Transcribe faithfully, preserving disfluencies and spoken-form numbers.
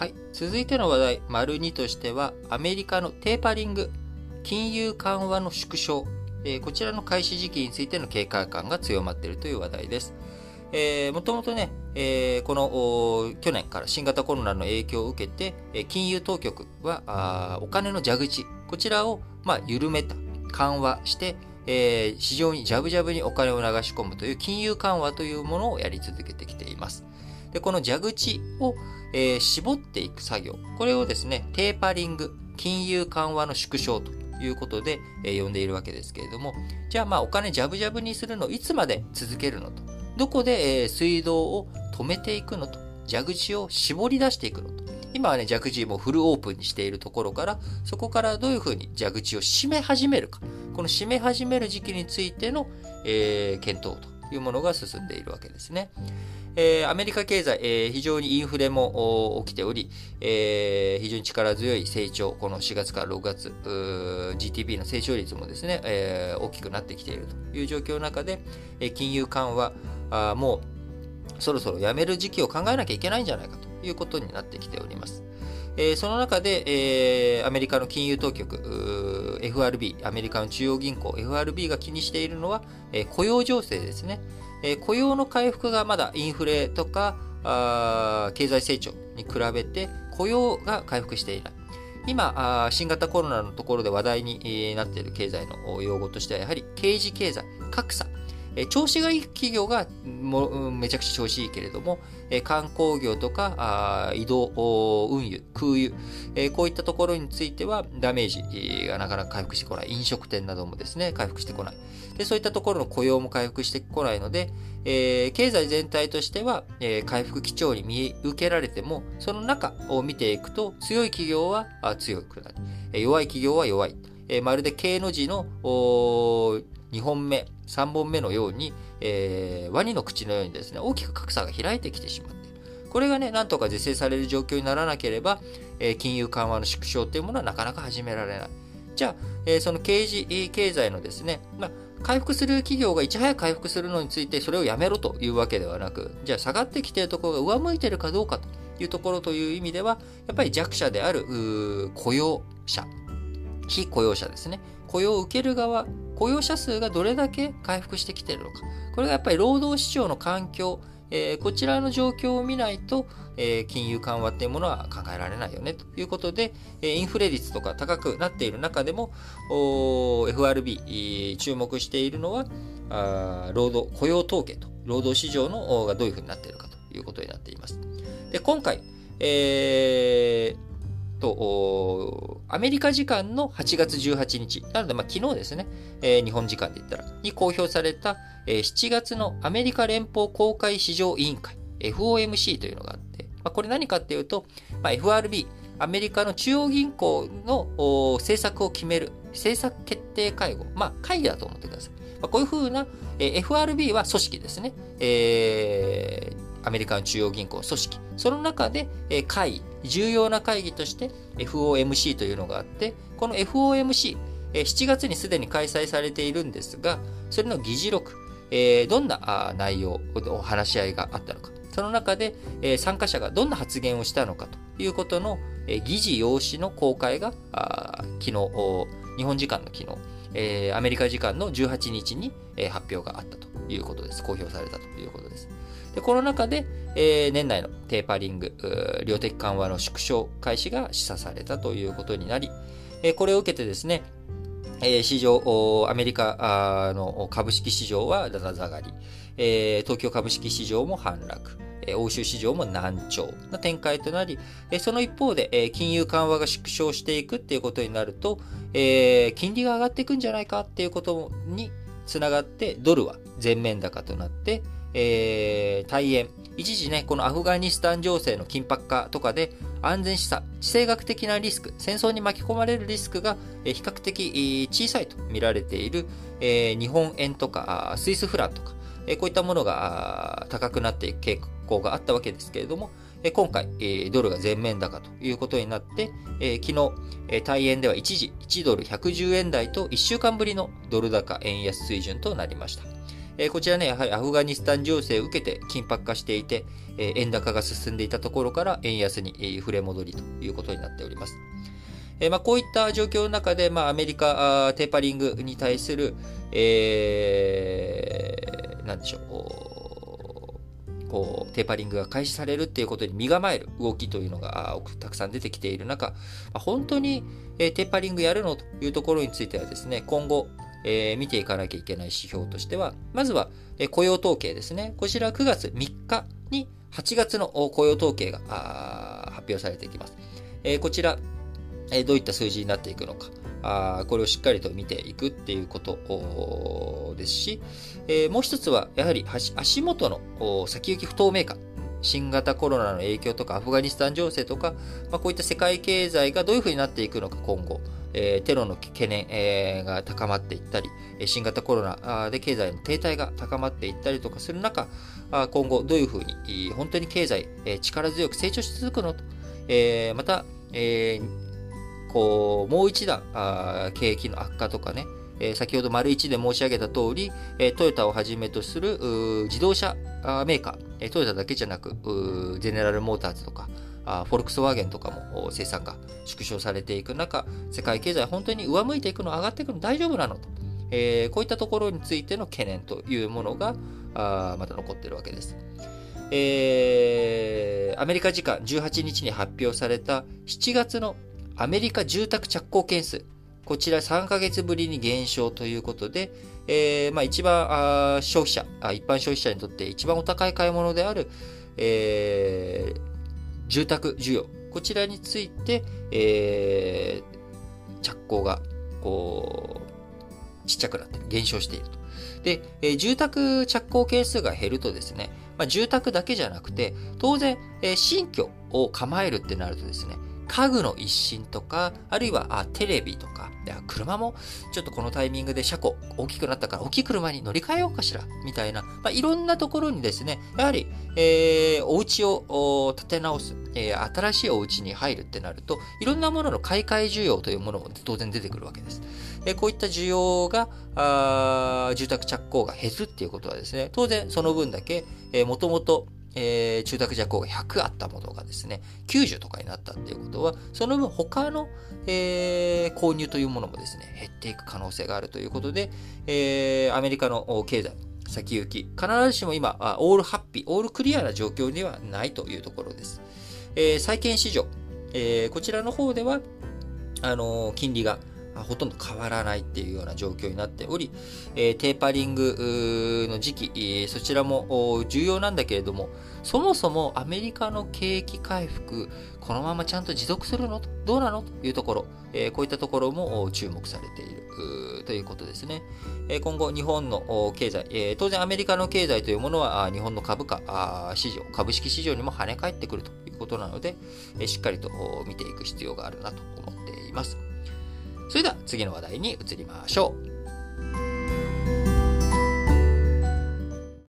はい、続いての話題、丸にとしては、アメリカのテーパリング、金融緩和の縮小、えー、こちらの開始時期についての警戒感が強まっているという話題です。えー、もともとね、えー、この去年から新型コロナの影響を受けて、えー、金融当局はあお金の蛇口、こちらを、まあ、緩めた、緩和して、えー、市場にジャブジャブにお金を流し込むという金融緩和というものをやり続けてきています。でこの蛇口を、えー、絞っていく作業、これをですね、テーパリング、金融緩和の縮小ということで、えー、呼んでいるわけですけれども、じゃあまあお金ジャブジャブにするのをいつまで続けるのと、どこで、えー、水道を止めていくのと、蛇口を絞り出していくのと、今はね、蛇口もフルオープンにしているところから、そこからどういうふうに蛇口を閉め始めるか、この閉め始める時期についての、えー、検討というものが進んでいるわけですね。えー、アメリカ経済、えー、非常にインフレも起きており、えー、非常に力強い成長、このしがつからろくがつ、ジーティーピー の成長率もですね、えー、大きくなってきているという状況の中で、えー、金融緩和、あもうそろそろやめる時期を考えなきゃいけないんじゃないかということになってきております。えー、その中で、えー、アメリカの金融当局、エフアールビー、アメリカの中央銀行 エフアールビー が気にしているのは、えー、雇用情勢ですね。えー、雇用の回復がまだインフレとかあ経済成長に比べて雇用が回復していない。今、新型コロナのところで話題になっている経済の用語としては、やはり刑事経済、格差。調子がいい企業がもめちゃくちゃ調子いいけれども、観光業とか移動、運輸、空輸、こういったところについてはダメージがなかなか回復してこない。飲食店などもですね、回復してこない。でそういったところの雇用も回復してこないので、えー、経済全体としては、えー、回復基調に見受けられても、その中を見ていくと、強い企業は強くなり、弱い企業は弱い。えー、まるで K の字のにほんめ、さんぼんめのように、えー、ワニの口のようにですね、大きく格差が開いてきてしまっている。これがね、なんとか是正される状況にならなければ、えー、金融緩和の縮小というものはなかなか始められない。じゃあ、えー、その経済、経済のですね、まあ、回復する企業がいち早く回復するのについてそれをやめろというわけではなく、じゃあ下がってきているところが上向いているかどうかというところという意味では、やっぱり弱者である雇用者、非雇用者ですね。雇用を受ける側、雇用者数がどれだけ回復してきているのか。これがやっぱり労働市場の環境、えー、こちらの状況を見ないと、えー、金融緩和っていうものは考えられないよねということで、えー、インフレ率とか高くなっている中でも エフアールビー 注目しているのはあ労働雇用統計と労働市場のがどういうふうになっているかということになっています。で今回、えーとアメリカ時間のはちがつじゅうはちにち、なのでまあ昨日ですね、えー、日本時間で言ったら、に公表された、えー、しちがつのアメリカ連邦公開市場委員会、エフオーエムシー というのがあって、まあ、これ何かっていうと、まあ、エフアールビー、アメリカの中央銀行の政策を決める政策決定会合、まあ会議だと思ってください。まあ、こういうふうな、えー、エフアールビー は組織ですね。えーアメリカの中央銀行組織。その中で、えー、会議、重要な会議として エフオーエムシー というのがあって、この エフオーエムシー、えー、しちがつにすでに開催されているんですが、それの議事録、えー、どんな内容、お話し合いがあったのか。その中で、えー、参加者がどんな発言をしたのかということの、えー、議事要旨の公開が昨日、日本時間の昨日、えー、アメリカ時間のじゅうはちにちに、えー、発表があったということです。公表されたということです。でこの中で、えー、年内のテーパリング、量的緩和の縮小開始が示唆されたということになり、えー、これを受けてですね、えー、市場、アメリカの株式市場はだだ下がり、えー、東京株式市場も反落、えー、欧州市場も軟調な展開となり、えー、その一方で、えー、金融緩和が縮小していくっていうことになると、えー、金利が上がっていくんじゃないかっていうことにつながって、ドルは全面高となって、えー、大円。一時ね、このアフガニスタン情勢の緊迫化とかで安全資産、地政学的なリスク、戦争に巻き込まれるリスクが比較的小さいと見られている、えー、日本円とかスイスフランとか、えー、こういったものが高くなっていく傾向があったわけですけれども、えー、今回、えー、ドルが全面高ということになって、えー、昨日、えー、大円では一時いちドルひゃくじゅうえん台といっしゅうかんぶりのドル高円安水準となりました。 えー、こちらね、やはりアフガニスタン情勢を受けて緊迫化していて、えー、円高が進んでいたところから円安に、えー、触れ戻りということになっております。えーまあ、こういった状況の中で、まあ、アメリカテーパリングに対する、えー、なんでしょう、こうテーパリングが開始されるっていうことに身構える動きというのがたくさん出てきている中、まあ、本当に、えー、テーパリングやるのというところについてはですね、今後、えー、見ていかなきゃいけない指標としては、まずは、えー、雇用統計ですね。こちらくがつみっかにはちがつの雇用統計が発表されていきます。えー、こちら、えー、どういった数字になっていくのか、あこれをしっかりと見ていくっていうことですし、えー、もう一つはやはり足元の先行き不透明感、新型コロナの影響とかアフガニスタン情勢とか、まあ、こういった世界経済がどういうふうになっていくのか今後、えー、テロの懸念、えー、が高まっていったり、新型コロナで経済の停滞が高まっていったりとかする中、今後どういうふうに本当に経済、えー、力強く成長し続くのと、えー、また、えーこうもう一段あ景気の悪化とかね、えー、先ほど丸一で申し上げた通り、えー、トヨタをはじめとする自動車メーカー、えー、トヨタだけじゃなくゼネラルモーターズとかあフォルクスワーゲンとかも生産が縮小されていく中、世界経済本当に上向いていくの、上がっていくの大丈夫なのと、えー、こういったところについての懸念というものがあまた残っているわけです。えー、アメリカ時間じゅうはちにちに発表されたしちがつのアメリカ住宅着工件数、こちらさんかげつぶりに減少ということで、えーまあ、一番あ消費者あ、一般消費者にとって一番お高い買い物である、えー、住宅需要、こちらについて、えー、着工がこうちっちゃくなっている、減少していると。で、えー、住宅着工件数が減るとですね、まあ、住宅だけじゃなくて、当然、えー、新居を構えるってなるとですね、家具の一新とか、あるいはあテレビとか、車もちょっとこのタイミングで車庫大きくなったから大きい車に乗り換えようかしら、みたいな、まあ、いろんなところにですね、やはり、えー、お家を建て直す、えー、新しいお家に入るってなると、いろんなものの買い替え需要というものも当然出てくるわけです。えー、こういった需要が、あ住宅着工が減るっていうことはですね、当然その分だけ、えー、もともとえー、住宅着工がひゃくあったものがですね、きゅうじゅうとかになったっていうことは、その分他の、えー、購入というものもですね、減っていく可能性があるということで、えー、アメリカの経済、先行き、必ずしも今、オールハッピー、オールクリアな状況ではないというところです。えー、債券市場、えー、こちらの方では、あのー、金利がほとんど変わらないっていうような状況になっており、えー、テーパリングの時期、えー、そちらも重要なんだけれども、そもそもアメリカの景気回復、このままちゃんと持続するのどうなのというところ、えー、こういったところも注目されているということですね。えー、今後、日本の経済、えー、当然アメリカの経済というものは日本の株価市場、株式市場にも跳ね返ってくるということなので、えー、しっかりと見ていく必要があるなと思っています。それでは次の話題に移りましょう。